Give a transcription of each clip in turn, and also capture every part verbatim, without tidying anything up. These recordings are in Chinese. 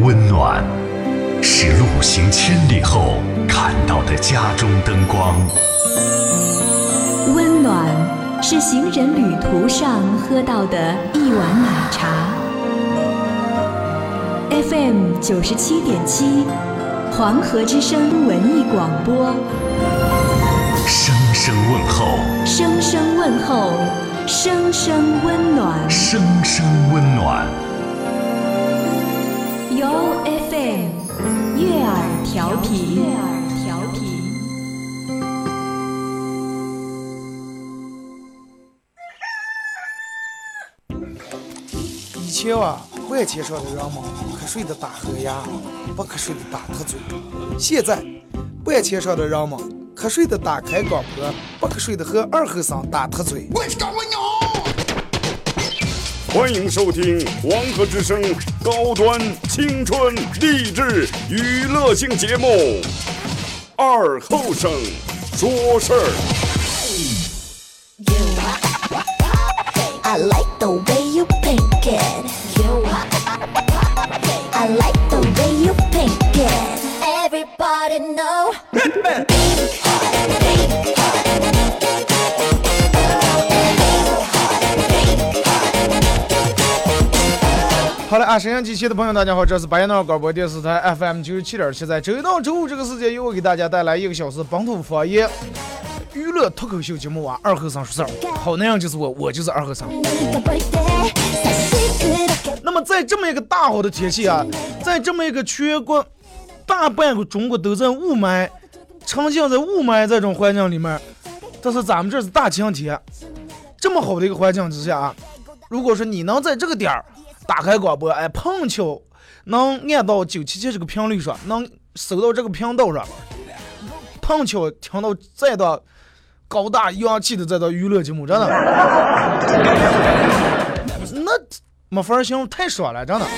温暖，是路行千里后看到的家中灯光。 温暖是行人旅途上喝到的一碗奶茶。F M 九十七点七，黄河之声文艺广播。 声声问候， 声声问候，声声温暖， 声声温暖。 由 F M 悦耳调频，悦耳调频。 以前啊，外街上的人们瞌睡的打呵牙，不瞌睡的打特嘴。现在，外街上的人们瞌睡的打开广播，不瞌睡的和二和尚打特嘴。 欢迎收听黄河之声高端青春励志娱乐性节目《二后生说事儿》。 I like the way you pink it. I like the way you pink it. Everybody know. Pink heart, pink heart. 好了啊，沈阳机器的朋友大家好，这是白闹广播电视台 F M 九十七点七，在周一到周五这个时间，由我给大家带来一个小时本土方言娱乐脱口秀节目啊，二和尚说事儿。好，那样就是我，我就是二和尚。那么在这么一个大好的天气啊，在这么一个全国大半个中国都在雾霾，沉浸在雾霾这种环境里面，但是咱们这是大晴天，这么好的一个环境之下啊，如果说你能在这个点儿打开广播，哎，碰巧能按到九七七这个频率上，能收到这个频道上，碰巧听到这段高大洋气的这段娱乐节目，真的，那没法形，太爽了，真的。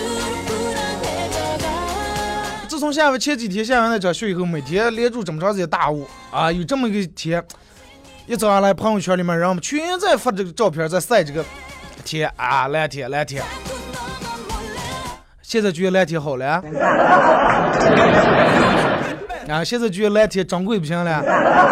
自从下完前几天下完那场雪以后，每天连住这么长时间大雾啊，有这么一个天，一早上来朋友圈里面，人们全在发这个照片，在晒这个天啊，蓝天蓝天。现在觉得蓝天好了啊，现在觉得蓝天掌柜不行了，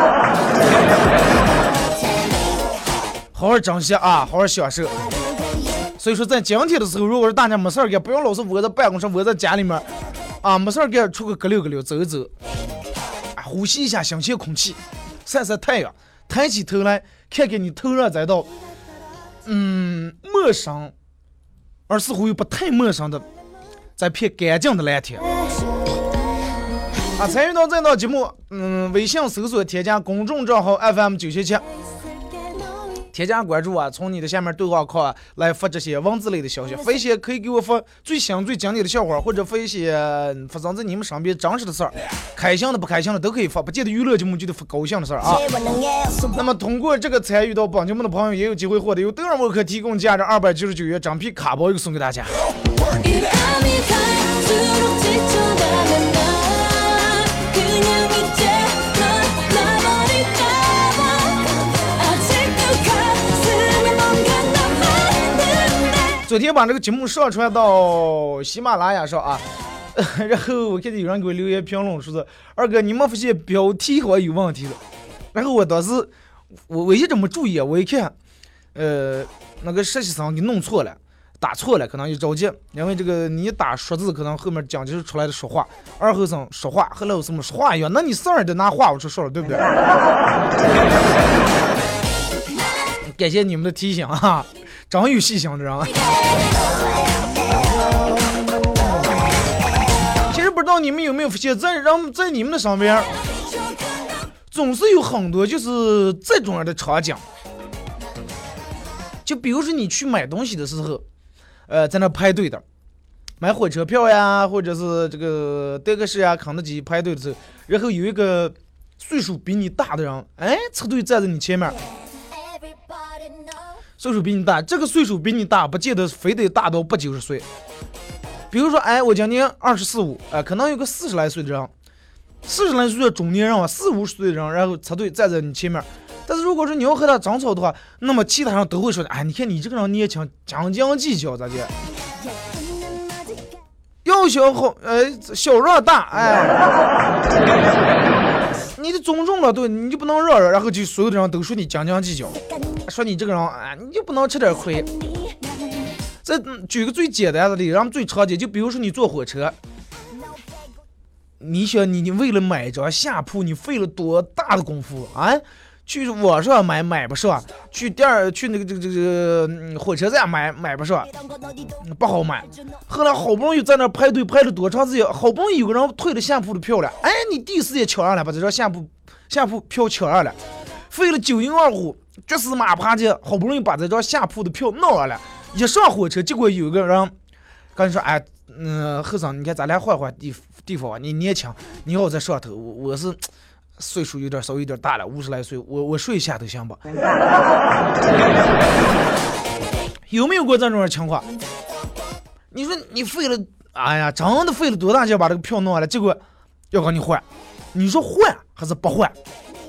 好好珍惜啊，好好享受。所以说在今天的时候，如果是大家没事儿干，不用老是窝在办公室窝在家里面啊，没事儿干出个隔溜隔溜走一走啊，呼吸一下新鲜空气，晒晒太阳，抬起头来看看你头上这道嗯陌生而似乎又不太陌生的在片干净的蓝天啊！参与到这道节目，嗯，微信搜索添加公众账号 F M 九七七，添加关注啊，从你的下面对话框啊来发这些文字类的消息，发一些可以给我发最新最经典的笑话，或者发一些发生在你们身边真实的事儿，开心的不开心的都可以发，不见得娱乐节目就得发高兴的事儿啊。那么通过这个参与到本节目的朋友，也有机会获得由德尔沃克提供价值二百九十九元整皮卡包一个送给大家。昨天把这个节目上传到喜马拉雅上啊，然后我看见有人给我留言评论说是二哥，你们发现标题好像有问题了。然后我当时我我一直没注意，我一看，呃，那个实习生给弄错了，打错了，可能就着急，因为这个你打说字，可能后面讲就是出来的说话，二后生说话，后来我什么说话一样，那你上儿得拿话我说说了，对不对？感谢你们的提醒啊，真有细心的人。其实不知道你们有没有发现，在让在你们的身边，总是有很多就是这种样的场景。就比如说你去买东西的时候，呃，在那排队的，买火车票呀，或者是这个德克士呀、肯德基排队的时候，然后有一个岁数比你大的人，哎，车队站在你前面。岁数比你大，这个岁数比你大，不见得非得大到八九十岁。比如说，哎，我今年二十四五，哎，可能有个四十来岁的人，四十来岁的中年人啊，四五十岁的人，然后插队站在你前面。但是如果说你要和他争吵的话，那么其他人都会说，哎，你看你这个人年轻，斤斤计较咋的？要又小好，呃，小让大，哎，你的尊重了，对，你就不能让让，然后就所有的人都说你斤斤计较，说你这个人啊，你就不能吃点亏。再举个最简单的例子，咱们最常见，就比如说你坐火车，你想你你为了买张下铺，你费了多大的功夫啊？去网上买买不上，去店儿去那个这个这个、嗯、火车站买买不上，不好买。后来好不容易在那排队排了多长时间，好不容易有个人退了下铺的票了，哎，你第一时间抢上来，把这张下铺下铺票抢上来，费了九牛二虎，绝死马爬街，好不容易把这张下铺的票弄上来。一上火车，结果有个人跟你说：“哎，嗯、呃，后生，你看咱俩换换地地方啊，你年轻，你要在上头，我我是岁数有点稍微有点大了，五十来岁，我我睡下头行吧？”有没有过这种情况？你说你费了，哎呀，真的费了多大劲把这个票弄完了，结果要跟你换，你说换还是不换？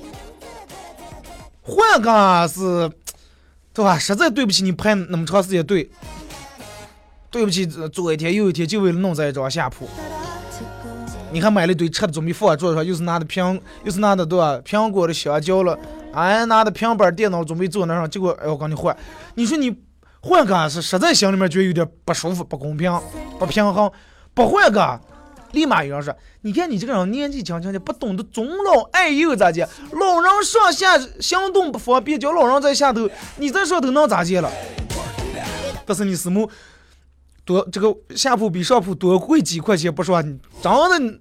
换个是。对吧？实在对不起你排那么长时间队，对不起，左一天右一天就为了弄这一张下铺。你还买了一堆吃的准备放桌上，又是拿的苹，又是拿的对吧？苹果的香蕉了，哎，拿的平板电脑准备坐那上，结果哎我跟你换，你说你换个是实在心里面觉得有点不舒服、不公平、不平衡，不换个。立马有人说：“你看你这个人年纪轻轻的，不懂得尊老爱幼咋的？老人上下行动不方便，叫老人在下头，你在上头能咋的了？但是你什么多这个下铺比上铺多贵几块钱不说，你真的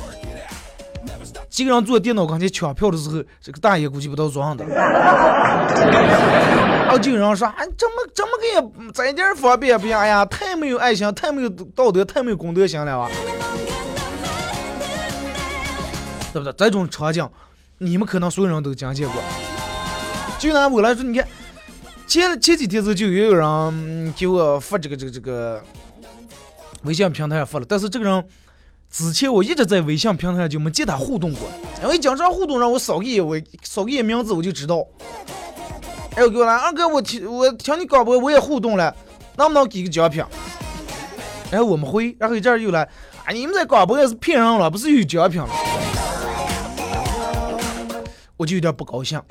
几个人坐电脑刚才抢票的时候，这个大爷估计不到装的。然后就有人说：哎，怎么怎么个也在点方便不行？哎呀，太没有爱心，太没有道德，太没有公德心了啊！”对不对？这种场景，你们可能所有人都讲见过。就拿我来说，你看，前前几天时就有人、嗯、给我发这个这个这个微信平台上发了，但是这个人之前我一直在微信平台上就没见他互动过，因为经常互动让我扫个眼，我扫个眼名字我就知道。哎，我给我来二哥，我听我听你广播我也互动了，能不能给个奖品？然后我们回，然后一阵又来，啊，你们在广播也是骗人了，不是有奖品了？我就有点不高兴，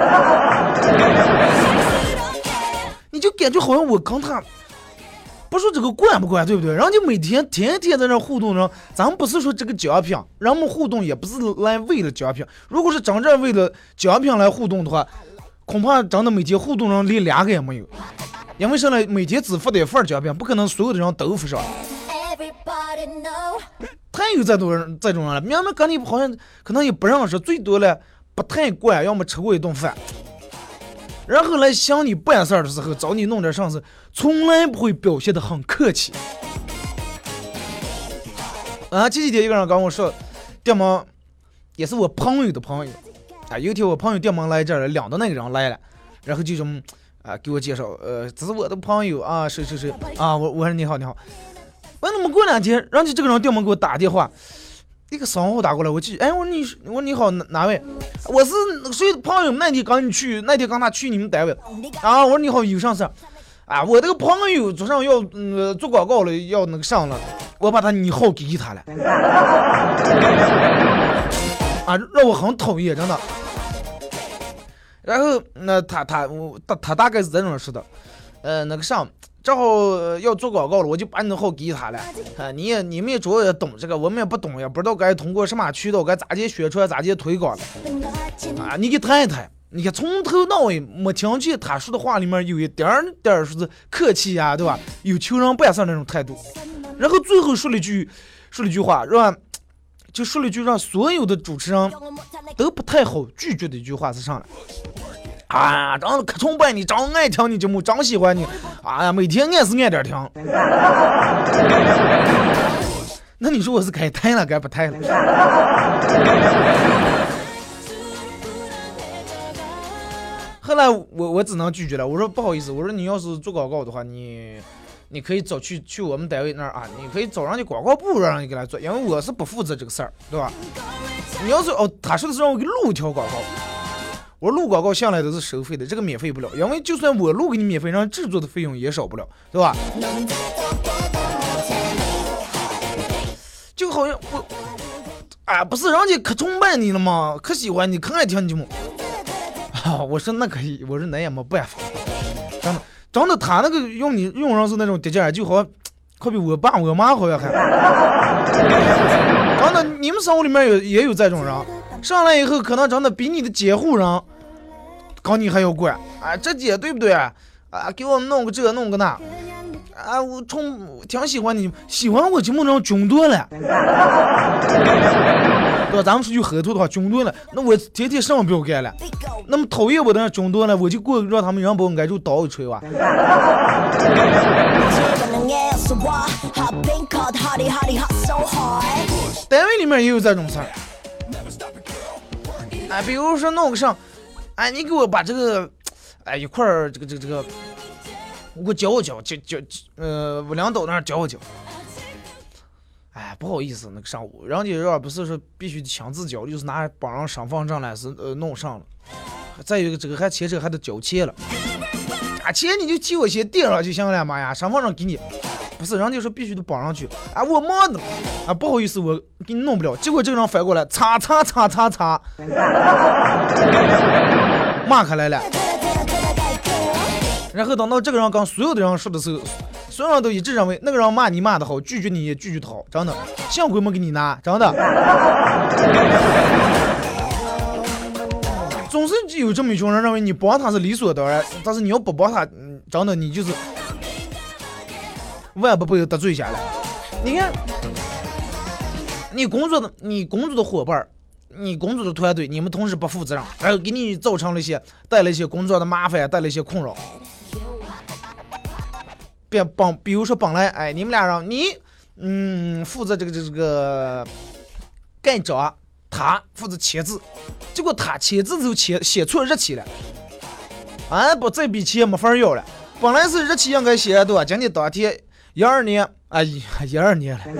你就感觉好像我跟他不说这个惯不惯，对不对？然后就每天天天在那互动上，咱们不是说这个奖品，人们互动也不是来为了奖品。如果是真正为了奖品来互动的话，恐怕真的每天互动上连两个也没有，因为上来每天只发点份奖品，不可能所有的人都发上。太有这种人这种人了，明明跟你好像可能也不认识，最多了。不太惯，要么吃过一顿饭，然后来想你办事的时候找你弄点上司，从来不会表现得很客气。啊，前几天一个人跟我说，电门也是我朋友的朋友，啊，有一天我朋友电门来这儿，两的那个人来了，然后就这么啊给我介绍，呃，这是我的朋友啊，谁谁谁啊，我我说你好你好，完了，我们过两天，然后就这个人电门给我打电话。一个商户打过来，我去，哎，我说你，我说你好，哪哪位？我是谁的朋友？那天刚你去，那天刚他去你们单位啊。我说你好，有上事啊？我这个朋友早上要呃做广告了，要那个上了，我把他你号给他了，啊，让我很讨厌，真的。然后那他他我他他大概是这种似的，呃，那个上。正好要做广告了，我就把你的号给他了。啊，你也你们也主要也懂这个，我们也不懂，也不知道该通过什么渠道，该咋接宣传，咋接推广了。啊，你给谈一谈，你看从头到尾没听见他说的话里面有一点点说是客气呀、啊，对吧？有求人办事那种态度。然后最后说了一句，说了一句话，让就说了一句让所有的主持人都不太好拒绝的一句话是上来。啊，真可崇拜你，真爱听你节目，真喜欢你。啊呀，每天爱是爱点听。那你说我是该抬了，该不抬了？后来我我只能拒绝了，我说不好意思，我说你要是做广告的话，你你可以走去去我们单位那儿啊，你可以找人家广告部让人给他做，因为我是不负责这个事儿，对吧？你要是哦，他说的是让我给录一条广告。我录广告向来都是收费的，这个免费不了，因为就算我录给你免费，让制作的费用也少不了，对吧？ 讨厌我，啊，不是人家可崇拜你了吗？可喜欢你，可爱听你节目。啊，我说那可以，我说那也没办法。真的，真的，他那个用你用上是那种叠加，就好像可比我爸我妈好像还。真的，你们生活里面有也有这种人，上来以后可能真的比你的监护人搞你还要管啊，这姐对不对啊？啊，给我弄个这弄个那。啊，我冲挺喜欢你，喜欢我节目上囧多了，对吧？咱们出去合作的话，囧多了，那我天天什么不要干了？那么讨厌我的人囧多了，我就过让他们人把我挨住刀一锤吧。单位里面也有这种事儿，哎，比如说弄个上，哎，你给我把这个，哎，一块儿这个这个这个。我给我教我教，教教呃，我领导那儿教我教。哎，不好意思，那个上午，人家这不是说必须亲自教，就是拿帮上身份证来是呃弄上了。再有一个这个还牵扯还得交钱了，啊，钱你就替我先垫上就行了嘛呀，身份证给你，不是人家说必须得绑上去。啊，我忙的，啊，不好意思，我给你弄不了。结果这个人反过来，擦擦擦擦擦，骂开来了。然后等到这个人跟所有的人说的时候，所有人都一致认为那个人骂你骂的好，拒绝你也拒绝的好，真的，幸亏没给你拿，真的。总是有这么一群人认为你帮他是理所当然，但是你要不帮他，嗯，真的你就是万不被得罪下来。你看，你工作的你工作的伙伴。你工作的团队，你们同事不负责任，然后给你造成了一些带来一些工作的麻烦，带来一些困扰。别帮，比如说本来，哎，你们俩人，你嗯负责这个这个盖章，他负责签字，结果他签字就签写错日期了，哎，不这笔钱没法要了。本来是日期应该写多少，今天当天一二年，哎，一二年了。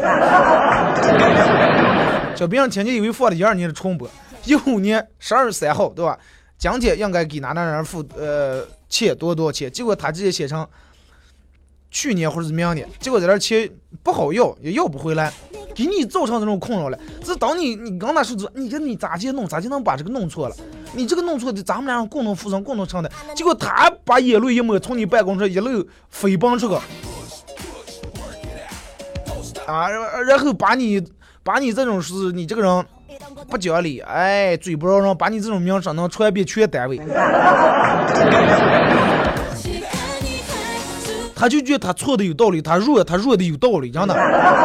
小别人天天以为放了一二年的重播，一五年十二月三号，对吧？今天应该给哪哪人付呃钱多多少钱，结果他直接写成去年或者是明年，结果在这钱不好要，也要不回来，给你造成这种困扰了。这当你你刚那说子，你看你咋接弄，咋就能把这个弄错了？你这个弄错的，咱们俩共同负责，共同承担。结果他把眼泪一抹，从你办公室一路飞奔出去，啊，然后把你。把你这种事，你这个人不讲理，哎，嘴不饶人，把你这种名声能传遍全单位。他就觉得他错的有道理，他弱他弱的有道理，真的。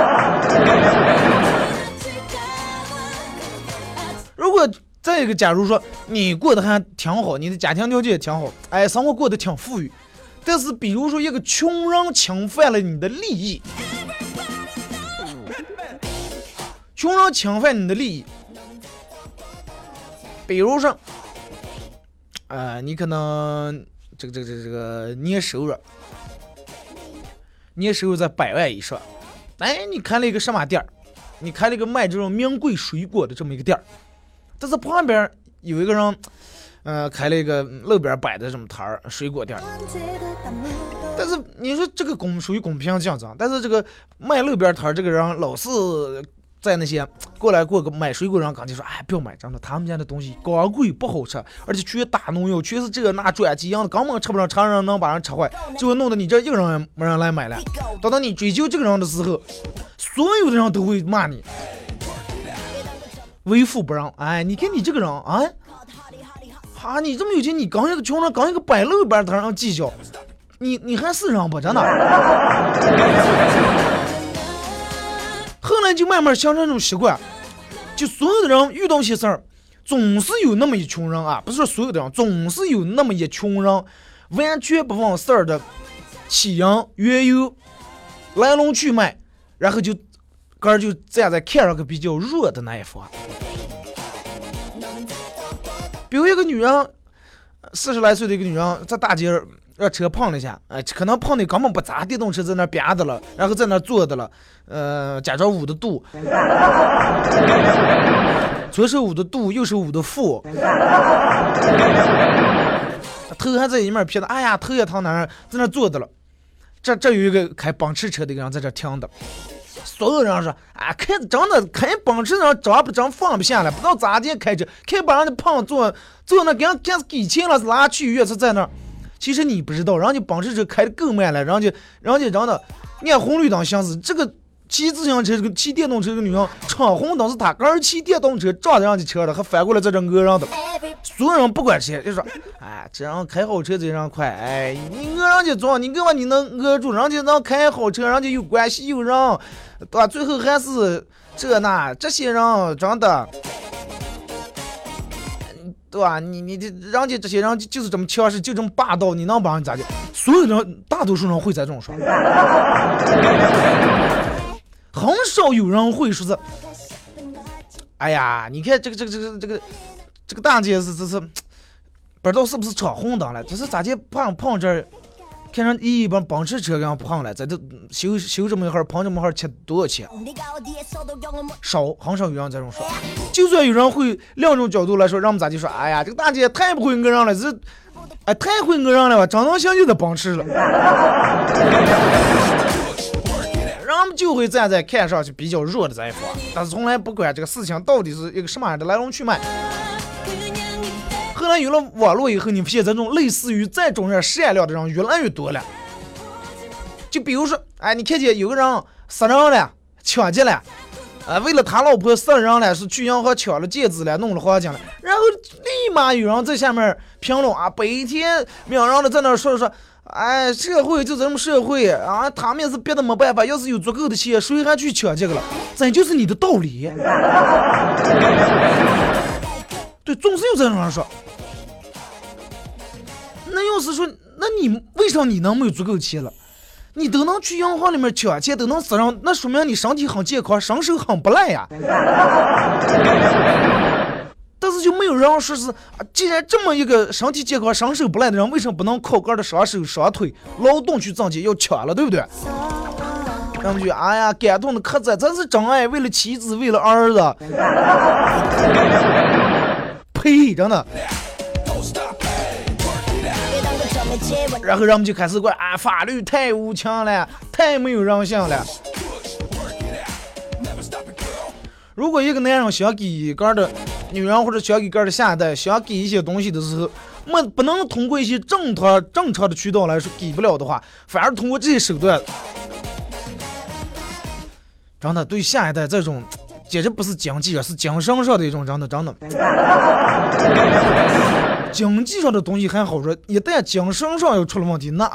如果再一个，假如说你过得还挺好，你的家庭条件也挺好，哎，生活过得挺富裕，但是比如说一个穷人侵犯了你的利益。穷人侵犯你的利益，比如说，呃，你可能这个这个这个这个年收入，年收入在百万以上，哎，你开了一个什么店儿？你开了一个卖这种名贵水果的这么一个店儿，但是旁边有一个人，呃，开了一个路边摆的这么摊儿水果店儿。但是你说这个公属于公平竞争，但是这个卖路边摊儿这个人老是。在那些过来过个买水果人刚就说，哎，不要买，真的，他们家的东西高贵不好吃，而且全打农药，全是这个那转基因的，根本吃不上，常人能把人吃坏，就会弄得你这一个人没人来买了。等到你追究这个人的时候，所有的人都会骂你为富不仁。哎，你看你这个人啊，哈，你这么有钱，你刚一个穷人，刚一个摆路边摊上计较，你你还是人不真的？后来就慢慢形成这种习惯，就所有的人遇到些事儿，总是有那么一群人啊，不是说所有的人，总是有那么一群人，完全不问事儿的起因缘由、来龙去脉，然后就个就站在看上个比较弱的那一方。比如一个女人，四十来岁的一个女人，在大街让车碰了一下，哎，可能碰的根本不砸，电动车在那啪的了，然后在那坐的了，呃，假装捂的肚，左手捂的肚，右手捂的腹，头还在一面撇的，哎呀，头也疼哪儿，在那坐的了。这这有一个开奔驰车的一个人在这听的， 所有人说啊，开真的开奔驰人长不真放不下来，不知道咋地开车，开把人家胖坐坐那给人给给钱了，拉去医院是在那儿。其实你不知道，人家奔驰车开的更慢了，人家人家真的按红绿灯行驶，这个骑自行车这个骑电动车这个女人闯红灯是他个人骑电动车撞着人家车了，还反过来在这讹人的。所有人不管谁就说，哎，这样开好车这样快，哎，你讹人家撞，你干嘛你能讹住人家能开好车，人家有关系有人，对吧？最后还是这那这些人真的。对吧？你你这人家这些人就是这么强势，就这么霸道，你能把人咋的？所有人，大多数人会在这种说，很少有人会说是，哎呀，你看这个这个这个这个这个大姐是是是，不知道是不是闯红灯了，这是咋的碰碰这儿，看上一般奔驰车刚碰了，在这修修这么一会儿，碰这么一会儿，钱多少钱？少，很少有人这种说。就算有人会两种角度来说，让我们咋就说，哎呀，这个大姐太不会讹人了，这哎太会讹人了吧，长得像就得奔驰了。人们就会站在看上去比较弱的这一方，但是从来不管这个事情到底是一个什么样的来龙去脉。后来有了网络以后，你发现这种类似于这种人善良的人越来越多了。就比如说，哎，你看见有个人杀人了，抢劫了，啊，为了他老婆杀人了，是去银行抢了戒指了，弄了黄金了，然后立马有人在下面评论啊，白天明人的在那说说，哎，社会就这么社会啊，他们也是别的没办法，要是有足够的钱，谁还去抢这个了？这就是你的道理。对，总是有这种人说。那要是说，那你为啥你能没有足够钱了？你都能去银行里面抢钱，都能死人，那说明你身体很健康，身手很不赖呀。但是就没有人说是，既然这么一个身体健康、身手不赖的人，为什么不能靠个的双手双腿劳动去挣钱，要抢了，对不对？然后就哎呀，感动的可赞，真是真爱，为了妻子，为了儿子。呸，真的。然后人们就开始怪啊，法律太无情了，太没有人性了。如果一个男人想给一个的女人或者想给一个的下一代想给一些东西的时候，没不能通过一些正常正常的渠道来说给不了的话，反而通过这些手段，真的对下一代这种简直不是经济啊，是精神上的一种真的真的。经济上的东西还好说，一旦精神上又出了问题，那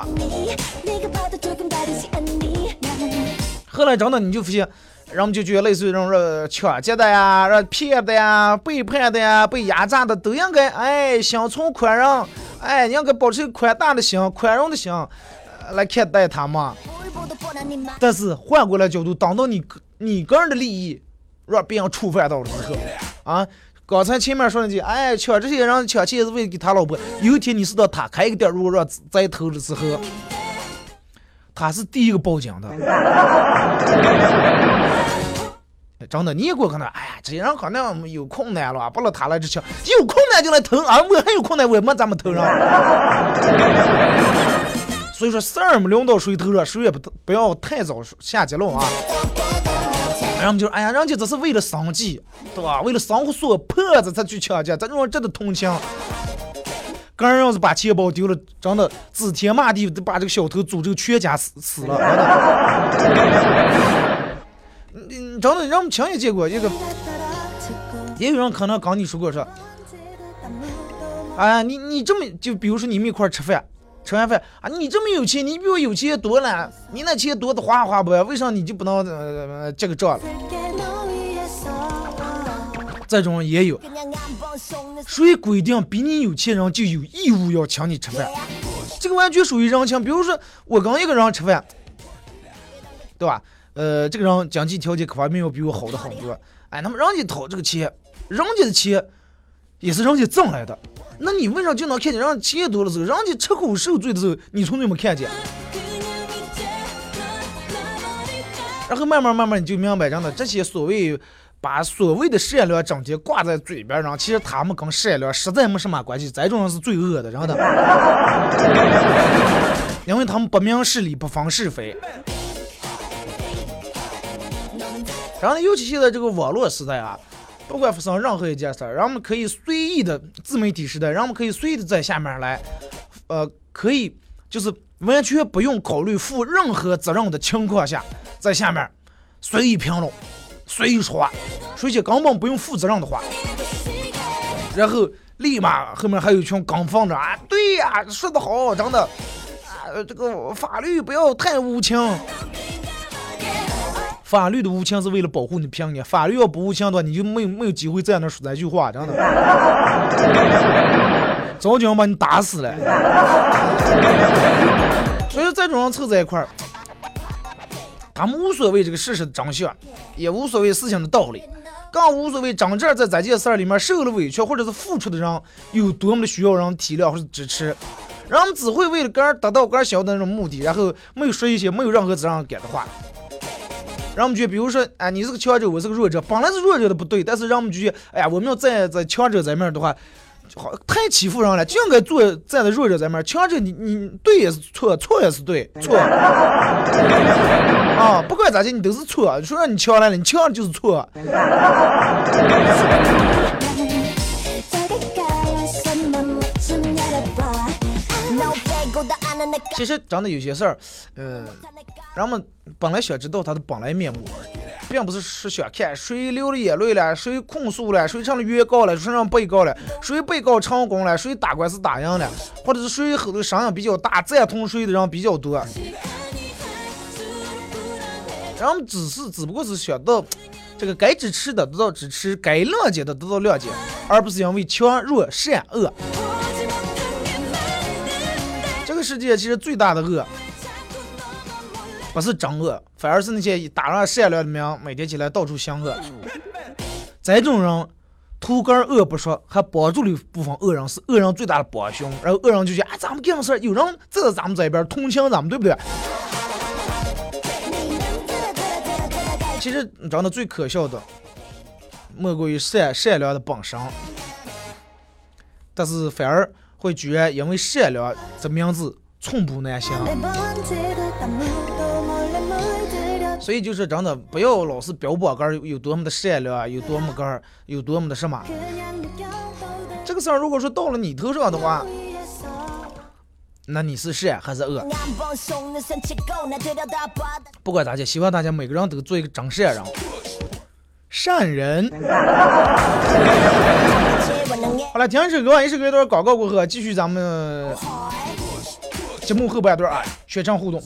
后来真的你就发现，人们就觉得类似于这种呃抢劫的呀、骗的呀、背叛的呀、被压榨的，都应该哎心存宽容，哎应该保持宽大的心、宽容的心、呃、来看待他们。但是换过来角度，当到你你个人的利益让别人触犯到的时候，啊。刚才前面说那句，哎，抢这些人抢钱是为了给他老婆。有一天你知道他开一个店，如果让再偷的时候，他是第一个报警的。真的，你也给我看到，哎呀，这些人可能有困难了，不了他来这抢，有困难就来偷啊！我还有困难，我没咱们偷上。所以说，事儿没轮到谁头上，谁也不不要太早下结论啊。然后就哎呀，人家这是为了生计，对吧？为了生活所迫才去抢劫，咱这种真的同情。个人要是把钱包丢了，真的指天骂地，把这个小偷诅咒全家死死了。嗯，真的，让我们亲眼见过一个，也有人可能刚你说过说，哎呀，你你这么就比如说你们一块吃饭。吃完饭啊，你这么有钱，你比我有钱多了，你那钱多的花花不？为啥你就不能呃这个账了？这种也有，谁规定比你有钱人就有义务要请你吃饭？这个完全属于人情。比如说我跟一个人吃饭，对吧？呃，这个人经济条件各方面要比我好的很多，哎，那么人家掏这个钱，人家的钱也是人家挣来的。那你为啥就能看见让钱多的时候，让你吃口受罪的时候，你从来没看见？然后慢慢慢慢你就明白，真的这些所谓把所谓的善良整天挂在嘴边上，其实他们跟善良实在没什么关系，这种人是最恶的，真的，因为他们不明事理，不分是非。 然后呢，尤其现在这个网络时代啊，不管发生任何一件事儿，让我们可以随意的自媒体时代，让我们可以随意的在下面来，呃，可以就是完全不用考虑负任何责任的情况下，在下面随意评论、随意说话，说些根本不用负责任的话，然后立马后面还有一群跟风着啊，对呀、啊，说得好，真的，啊，这个法律不要太无情。法律的无情是为了保护你平安，法律要不无情的话，你就没有没有机会在那说这句话，真的，早就要把你打死了。所以在这种凑在一块儿，他们无所谓这个事实的真相，也无所谓事情的道理，更无所谓真正在这件事儿里面受了委屈或者是付出的人有多么的需要人体谅或者支持。人们只会为了个人达到个人想要的那种目的，然后没有说一些没有任何责任感的话。让我们觉得，比如说，哎，你是个强者，我是个弱者，本来是弱者的不对，但是让我们觉得，哎呀，我们要站在强者这面的话，好太欺负人了，就应该做站在弱者这面。强者你你对也是错，错也是对，错啊，不管咋地你都是错。说让你强来了，你强就是错。其实真的有些事儿，呃，人们本来想知道他的本来面目，并不是是想看谁流了眼泪了，谁控诉了，谁成了原告了，谁让被告了，谁被告成功了，谁打官司打赢了，或者是谁后头声音比较大，赞同谁的人比较多。人们只是只不过是想到这个该支持的得到支持，该谅解的得到谅解，而不是因为强弱善恶。这个世界其实最大的恶不是真恶，反而是那些打上善良的名，每天起来到处行恶。这种人图根恶不说，还帮助了部分恶人，是恶人最大的帮凶。然后恶人就觉得啊，咱们干事儿有人站在咱们这边同情咱们，对不对？其实真的最可笑的莫过于善善良的本身，但是反而会居然因为善良这名字寸步难行。所以就是真的不要老是标榜个有多么的善良，有多么个有多么的什么。这个事儿如果说到了你头上的话，那你是善还是恶？不管大家，希望大家每个人都做一个真善人，善人。好了，听一首歌，一首歌一段广告过后，继续咱们节目后半段啊，全场互动。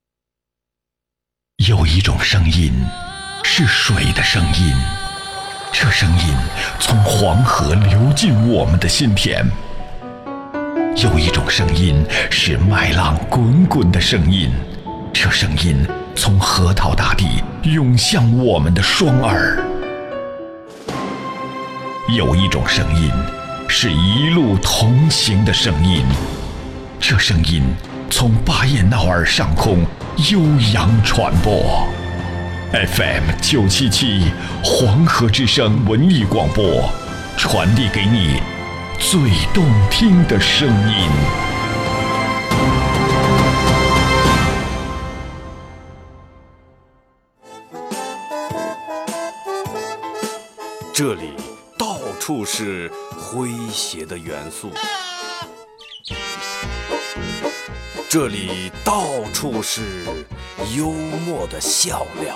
有一种声音是水的声音， 这声音从黄河流进我们的心田。有一种声音是麦浪滚滚的声音，这声音从河套大地涌向我们的双耳。有一种声音是一路同行的声音，这声音从巴彦淖尔上空悠扬传播。F M 九七七黄河之声文艺广播，传递给你最动听的声音。 这里到处是诙谐的元素，这里到处是幽默的笑料，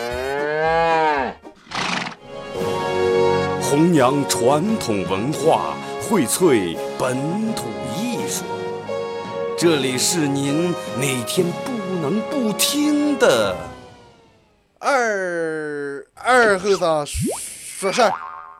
弘扬传统文化，荟萃本土艺术。这里是您每天不能不听的二二后生说事儿。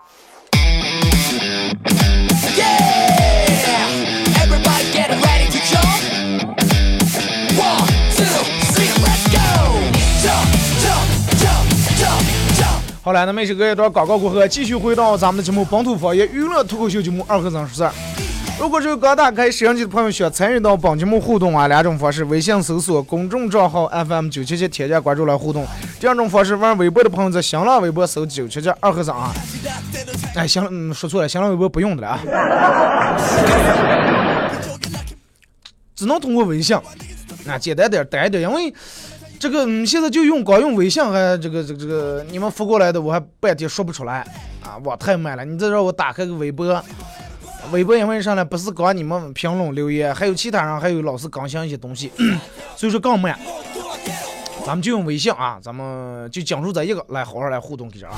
好了，那么一首歌一段广告过后，继续回到咱们的节目《本土方言娱乐脱口秀节目二和三十四》。如果是刚打开摄像机的朋友需要参与到本节目互动啊，两种方式：微信搜索公众账号 F M 九七七，添加关注来互动；第二种方式，玩微博的朋友在新浪微博搜九七七二和三啊。哎，行了，嗯，说错了，新浪微博不用的了啊，只能通过微信。那、啊、简单点，单一点，因为。这个嗯，现在就用光用微信，还这个这个这个，你们发过来的我还半天说不出来啊，我太慢了。你再让我打开个微博，微博因为上来不是刚你们评论留言，还有其他人还有老是更新一些东西，所以说更慢。咱们就用微信啊，咱们就讲述这一个来好好来互动给这啊。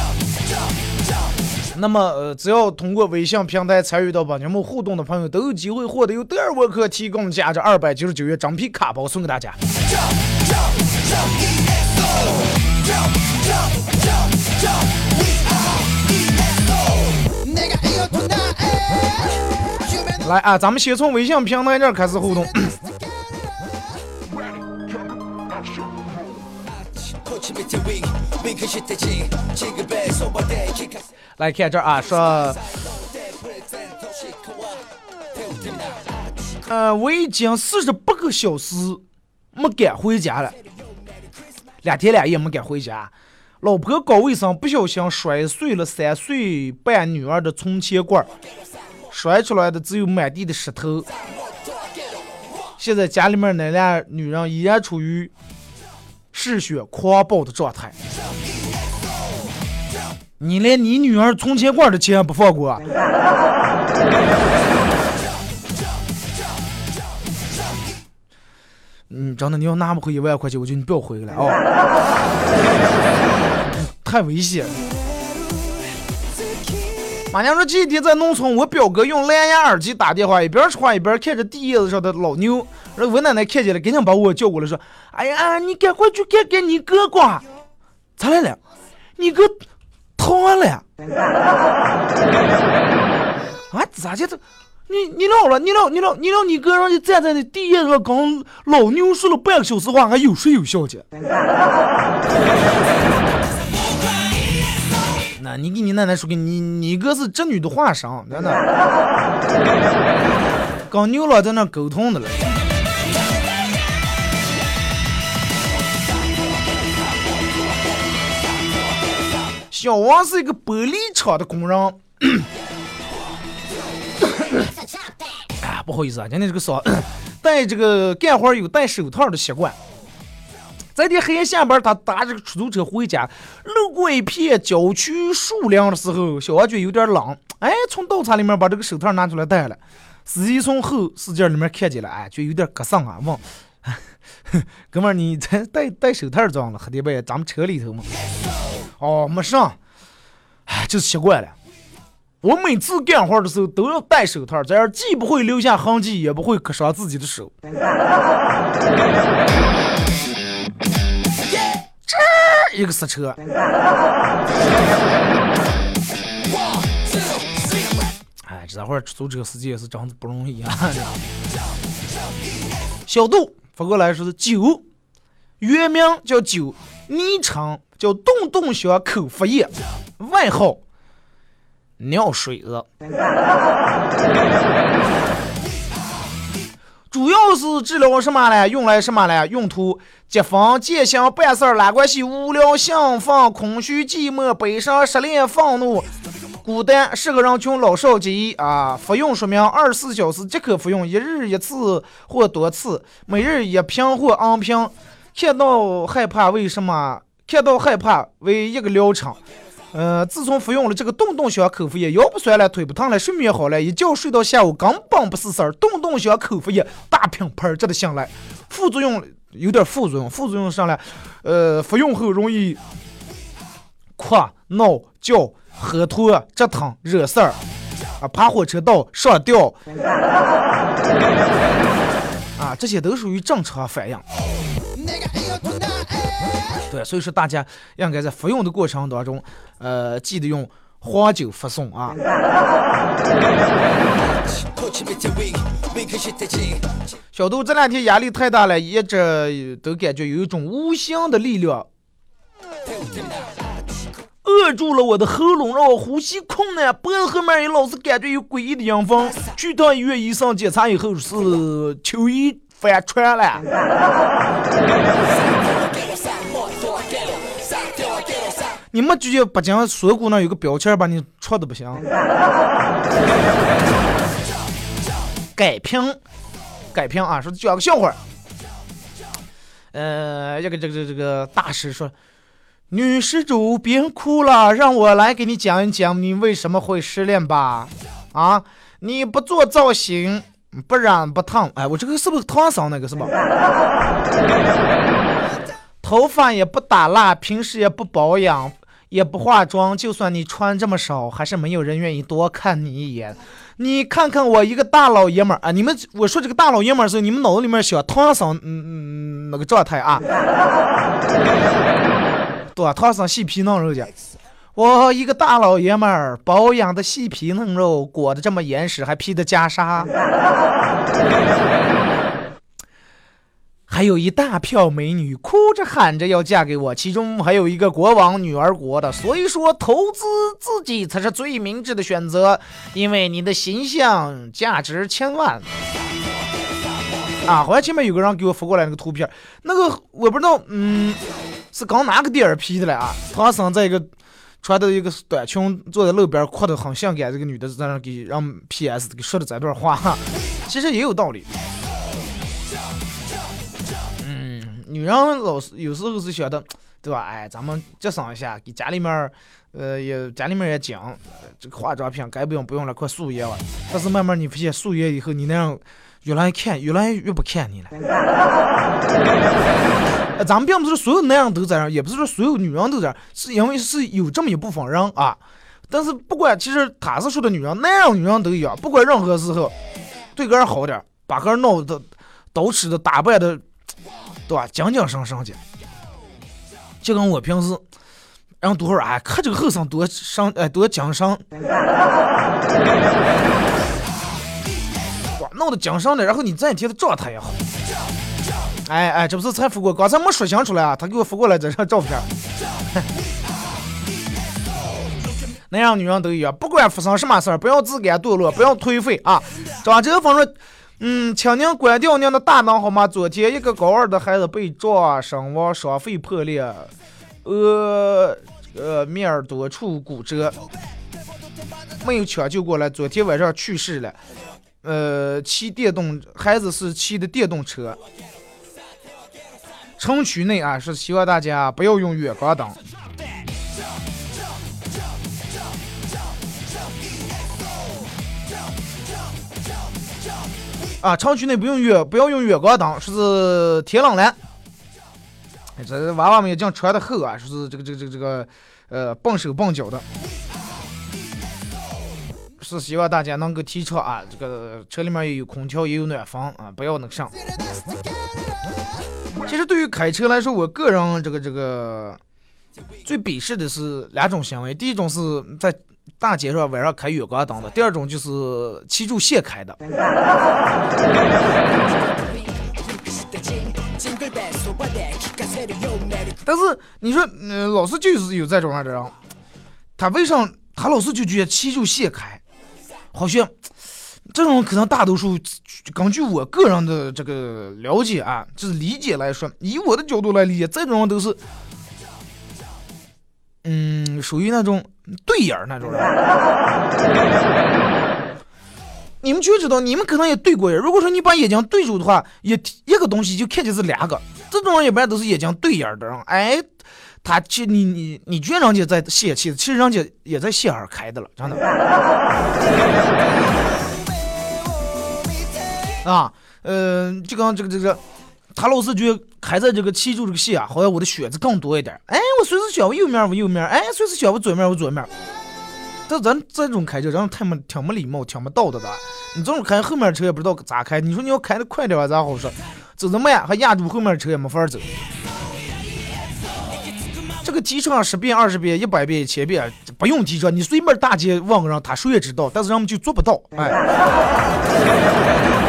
那么呃，只要通过微信平台参与到本节目互动的朋友，都有机会获得由德尔沃克提供价值二百九十九元整批卡包送给大家。来啊，咱们先从微信平台这儿开始互动。来看这儿啊，说，呃，我已经四十八个小时没敢回家了，两天两夜没敢回家。老婆搞卫生不小心摔碎了三岁半女儿的存钱罐，摔出来的只有满地的石头。现在家里面那俩女人依然处于嗜血狂暴的状态。你连你女儿存钱罐的钱不放过啊？嗯，真的，你要拿不回一万块钱，我觉得你不要回来哦，太危险了。马娘说这几天在农村，我表哥用蓝牙耳机打电话，一边说话一边看着地叶子上的老妞。然后我奶奶看见了，赶紧把我叫过来说：“哎呀，你赶快去看看你哥哥，咋来了？你哥脱了呀！”啊，咋的？你你老了，你老你老你老你哥让你站在那地叶上跟老妞说了半个小时话，还有说有笑的。那你给你奶奶说，给你你哥是这女的化身，真的，跟牛老在那沟通的了。小王是一个玻璃厂的工人。啊，不好意思啊，今天这个嫂戴这个干活有戴手套的习惯。在天黑夜下班，他搭这个出租车回家，路过一片郊区树林的时候，小王觉得有点冷，哎，从倒车里面把这个手套拿出来戴了。司机从后视镜里面看见了，哎，就有点格桑啊，问哥们儿，你戴戴戴手套装了？喝的呗，咱们车里头嘛。哦，没事，哎，就是习惯了。我每次干活的时候都要戴手套，这样既不会留下痕迹，也不会磕伤自己的手。这一个刹车。 这会儿出租车司机也是真的不容易啊。小杜发过来说是酒，原名叫酒，昵称叫洞洞小口服液，外号尿水子。主要是治疗什么呢？用来什么呢？用途：结婚、践行、办事儿、拉关系、无聊、兴奋、空虚、寂寞、悲伤、失恋、愤怒、孤单，适合人群老少皆宜啊。服用说明：二十四小时即可服用，一日一次或多次，每日一瓶或 N 瓶。看到害怕为什么？看到害怕为一个疗程。呃，自从服用了这个洞洞小口服液，腰不酸了，腿不疼了，睡眠好了，一觉睡到下午根本不是事儿。洞洞小口服液大品牌，这的香来。副作用有点副作用，副作用上来，呃，服用后容易哭、闹、叫、喝吐、折腾、惹事儿，啊，爬火车道、上吊，啊，这些都属于正常反应。对，所以说大家应该在服用的过程当中，呃，记得用黄酒服送啊。小杜这两天压力太大了，一直都感觉有一种无形的力量扼住了我的喉咙，让我呼吸困难，脖子后面也老是感觉有诡异的阴风。去趟医院，医生检查以后是秋衣反传了。你们直接北京锁骨那有个标签把你戳的不行。改评，改评啊！说讲个笑话。呃，这个这个这个这个大师说，女施主别哭了，让我来给你讲一讲你为什么会失恋吧。啊，你不做造型，不染不烫，哎，我这个是不是烫伤那个是吧？头发也不打蜡，平时也不保养，也不化妆，就算你穿这么少，还是没有人愿意多看你一眼。你看看我一个大老爷们儿啊！你们我说这个大老爷们儿的时候，你们脑子里面想唐僧嗯嗯那个状态啊？对啊，唐僧细皮嫩肉去。我一个大老爷们儿，保养的细皮嫩肉，裹得这么严实，还披的袈裟。还有一大票美女哭着喊着要嫁给我，其中还有一个国王女儿国的，所以说投资自己才是最明智的选择，因为你的形象价值千万啊！好像前面有个人给我发过来那个图片，那个我不知道，嗯，是刚哪个电影 P 的来啊？唐僧在一个穿的一个短裙坐在路边哭得很性感，这个女的在那给让 P S 给说的这段话，其实也有道理。女人老是有时候是觉得，对吧？哎，咱们节省一下，给家里面，呃，也家里面也讲，这个化妆品该不用不用了，快素颜了。但是慢慢你发现素颜以后，你那样越来越看，越来越不看你了。呃、咱们并不是所有那样都这样，也不是说所有女人都这样，是因为是有这么一部分人啊。但是不管，其实他是说的女人，那样女人都有，不管任何时候，对个人好点，把个人闹的捯饬的打扮的。对吧？讲讲声声去，就跟我平时，然后多会儿哎，看这个后生多上哎多讲声，哇，闹得讲声的，然后你这一天的状态也好。哎哎，这不是才发过，刚才没说清楚来啊，他给我发过来这张照片。那样女人都一样，不管发生什么事儿，不要自甘堕落，不要颓废啊。张哲峰说。嗯，请您关掉您的大脑好吗？昨天一个高二的孩子被撞身亡，双肺破裂，额呃面耳朵处骨折，没有抢救过来，昨天晚上去世了。呃，骑电动孩子是骑的电动车。城区内啊，是希望大家不要用远光灯。啊，城区内不用远，不要用远光灯，说是天冷了。哎，这娃娃们也这样穿的厚啊，说是这个这个这个这个，呃，蹦手蹦脚的。是希望大家能够提倡啊，这个车里面也有空调，也有暖房啊，不要那个上。其实对于开车来说，我个人这个这个最鄙视的是两种行为，第一种是在大街上晚上开远光灯的，第二种就是骑住线开的。但是你说，呃，老师就是有这种样的人，他为啥他老是就觉得骑住线开，好像这种可能大多数根据我个人的这个了解啊，就是理解来说，以我的角度来理解，这种人都是，嗯，属于那种对眼儿那种人。你们就知道，你们可能也对过眼。如果说你把眼睛对住的话，也一个东西就看见是两个。这种人一般都是眼睛对眼的人。哎，他其你你你觉得人家在泄气，其实人家也在线上开的了，真的。啊，呃，就刚这个这个，他老是觉得开在这个气住这个线啊，好像我的血子更多一点。哎，我随时小我右面我右面，哎，随时小我左面我左面。这咱这种开车，然后太没挺没礼貌，挺没道德的。你这种开后面车也不知道咋开，你说你要开的快点吧，咋好说？走这么慢还压住后面车也没法走。这个提车十遍、二十遍、一百遍、一千遍不用提车，你随便大街问个人，他说也知道，但是人们就做不到。哎。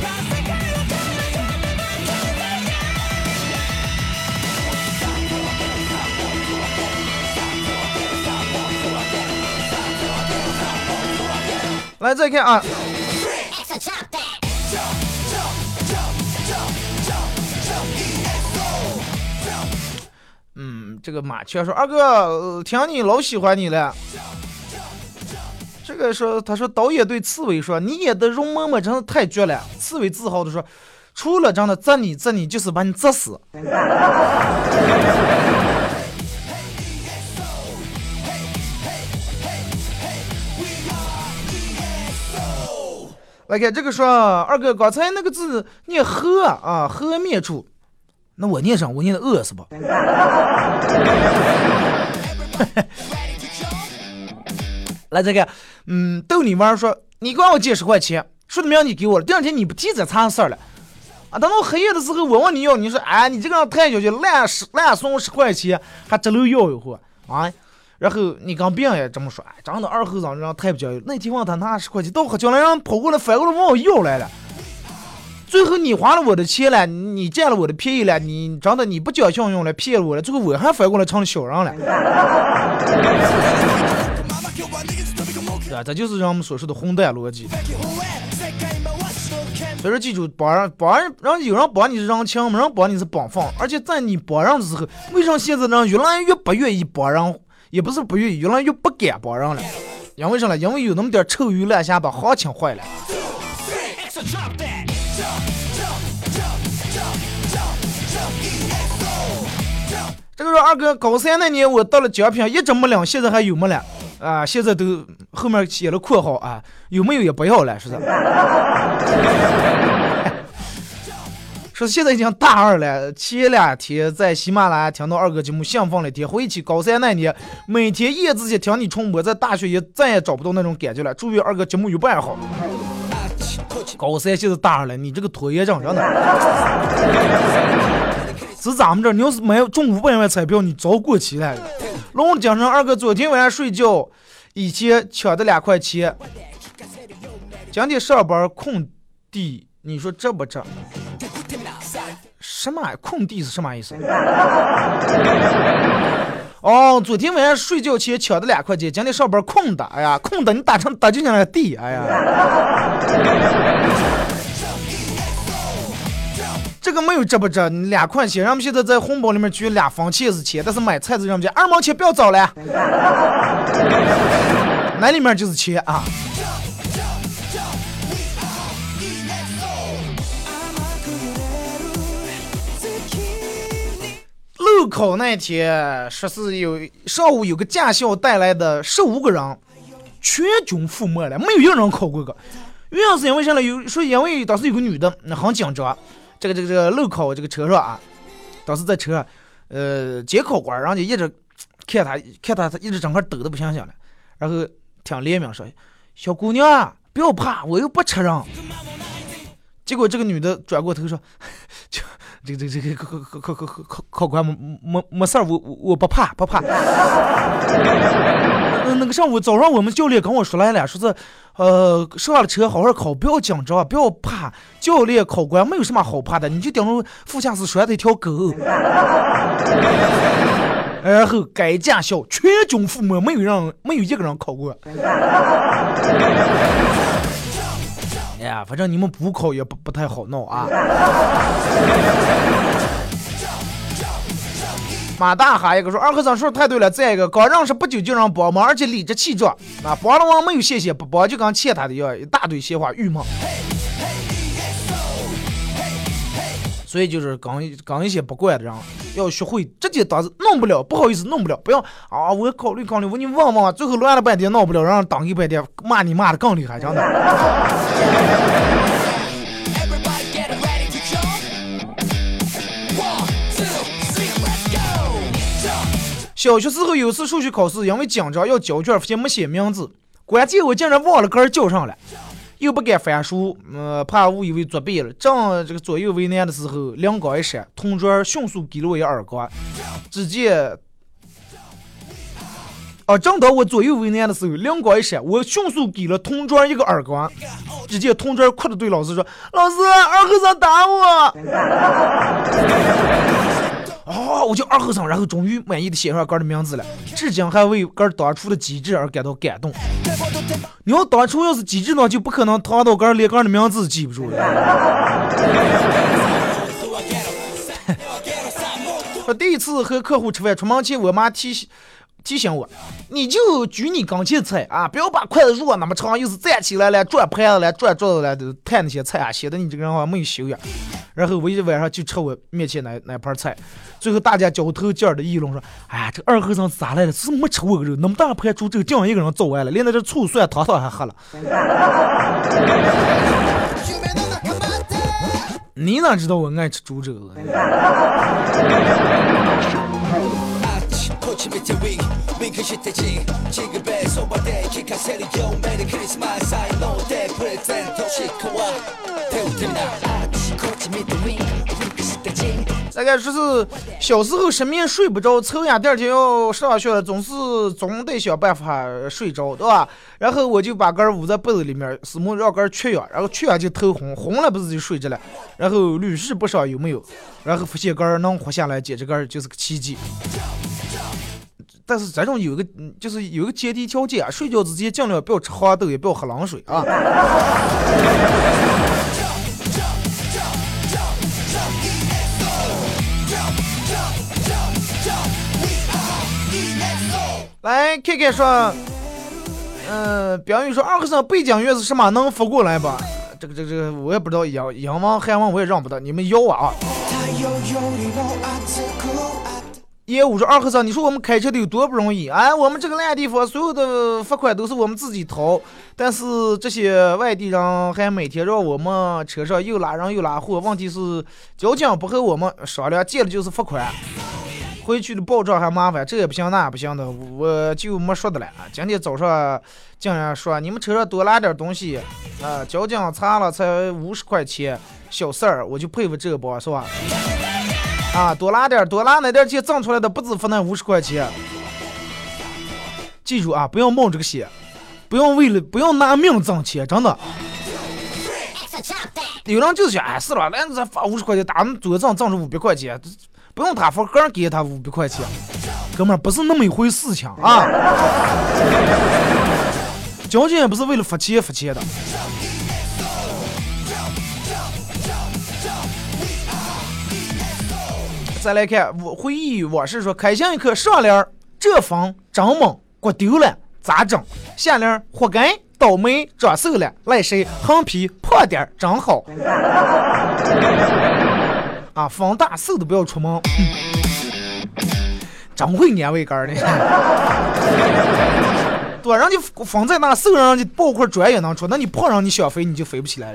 来再看啊，嗯，这个马雀说二哥、呃、听你老喜欢你了。这个说他说导演对刺猬说你演的容嬷嬷真的太绝了。刺猬自豪的说除了真的责你责你就是把你责死。来看这个说二哥刚才那个字念喝啊，喝灭处，那我念上我念的饿是吧？来这个嗯逗你玩说你管我借十块钱，说的明你给我了，第二天你不提这茬事儿了啊，等到黑夜的时候我问你要，你说哎你这个人太小气，烂十烂送十块钱还直溜要一会啊。然后你跟别人也这么说，哎，长得二后生让太不教育。那天问他拿十块钱，到将来让跑过来反过来问我要来了。最后你花了我的钱了，你占了我的便宜了，你长得你不讲信用了，骗了我了，最后我还反过来成了小人了。对啊，这就是人们所说的混蛋逻辑。所以说记住，帮人帮人，让有人帮你是人情，没人帮你是帮放。而且在你帮人的时候，为啥现在人越来越不愿意帮人？也不是不愿意，越来越不敢帮人了。因为啥呢？因为有那么点臭鱼烂虾把行情坏了。这个说二哥高三那年我到了奖品一直没领，现在还有没了啊？现在都后面写了括号啊，有没有也不要了，是的。说现在已经大二了，前两天在喜马拉雅听到二哥节目兴奋了一天，回忆起高三那年每天夜自习听你重播，在大学也再也找不到那种感觉了。祝愿二哥节目有办好。高三现在大二了，你这个拖延症真的是咱们这儿，你要是没有中五百万彩票，你早过期了。龙江上二哥昨天晚上睡觉以前抢的两块钱，今天上班空地，你说这不这什么空地是什么意思？哦，昨天晚上睡觉前抢的两块钱，今天上班空的，哎呀，空的你打成打进那个地，哎呀，这个没有这不这两块钱，咱们现在在红包里面取两分钱是钱，但是买菜子咱们家二毛钱不要找了，那里面就是钱啊。路口那天说是有上午有个驾校带来的十五个人全军覆没了，没有一个人考过个。原因是因为啥呢？有说因为当时有个女的很紧张，这个这个这个路考这个车上啊，当时在车上呃监考官，然后就一直看他看他，他一直整个抖得不行行了，然后听怜悯说：“小姑娘啊，不要怕，我又不吃人。”结果这个女的转过头说：“就这个这个考考考考考考官没没没事儿，我我我不怕不怕。那那个上午早上我们教练跟我说来了，说是呃上了车好好考，不要紧张，不要怕。教练考官没有什么好怕的，你就顶着副驾驶拴着一条狗。然后该驾校全军覆没，没有让没有一个人考过。哎呀，反正你们补考也不不太好闹啊。马大哈一个说二和尚说太对了，再一个刚认识不久就让帮忙，而且理直气壮啊，帮了忙没有谢谢，不帮就跟欠他的一样，一大堆闲话郁闷。所以就是刚刚一些不乖的人要学会直接当弄不了，不好意思弄不了，不要啊！我考虑考虑，我你问问，最后乱了半天闹不了，让当一半天骂你骂的更厉害，真的。小学时候有次数学考试，因为紧张要交卷，发现没写名字，关键我竟然忘了个人叫上了。又不敢翻书，呃，怕误以为作弊了。正这个左右为难的时候，灵光一闪，同桌迅速给了我一耳光。只见，啊，正当我左右为难的时候，灵光一闪，我迅速给了同桌一个耳光。只见同桌哭着对老师说：“老师，二和尚打我。”哦，我叫二和尚，然后终于满意的写上哥的名字了，至今还为哥当初的机智而感到感动。你要当初要是机智呢，就不可能唐到哥连哥的名字记不住了。我第一次和客户吃饭，出门前我妈提醒提醒我，你就举你刚切菜啊，不要把筷子握那么长，又是站起来了转盘子了转桌子了，都摊那些菜啊，显得你这个人好像没有修养。然后我一晚上就吃我面前那那盘菜，最后大家交头接耳的议论说：“哎呀，这二和尚咋来了？是没吃过个肉，那么大盘猪这这样一个人做完了，连那这醋蒜汤汤还喝了。”你哪知道我爱吃猪肘？大概说是小时候失眠睡不着，抽烟第二天要上学了，总是总得想办法睡着，对吧？然后我就把根捂在被子里面，死木让根缺氧，然后缺氧就头红，红了不是就睡着了，然后屡试不爽有没有？然后发现根能活下来，简直根就是个奇迹。但是这种有一个就是有一个前提条件啊，睡觉之前尽量不要吃黄豆，也不要喝冷水啊。来看看说，嗯、呃，比方说二和尚背景乐是什么？能发过来吧？这个这个这个我也不知道，洋洋王汉王我也让不到，你们要我啊！业务说二和尚，你说我们开车的有多不容易啊？我们这个烂地方，所有的罚款都是我们自己掏，但是这些外地人还每天让我们车上又拉人又拉货，问题是交警不和我们商量，见了就是罚款。回去的报账还麻烦，这也不行那也不行的，我就没说的了。今天早上竟然说你们车上多拉点东西啊，交警查了才五十块钱，小事儿，我就佩服这波是吧？啊，多拉点多拉那点钱挣出来的不止分那五十块钱。记住啊，不要冒这个险，不要为了不要拿命挣钱，真的。有人就是想，哎，是了，那咱发五十块钱，打左账挣着五百块钱。不用他付，个人给他五百块钱，哥们儿不是那么一回事情啊！交警也不是为了付钱付钱的。再来看我回忆我是说，开箱一刻上联这风真猛，锅丢了咋整？下联活该倒霉长瘦了，赖谁？横批破点真好。啊，风大瘦的不要出门，真会撵尾杆呢。对，人家风在那，瘦人家抱块砖也能出，那你胖人你想飞你就飞不起来了。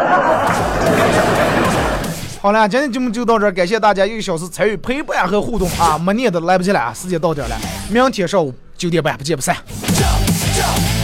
好了，今天节目就到这儿，感谢大家一个小时参与陪伴和互动啊！没念的来不及了啊，时间到点了，明天上午九点半不见不散。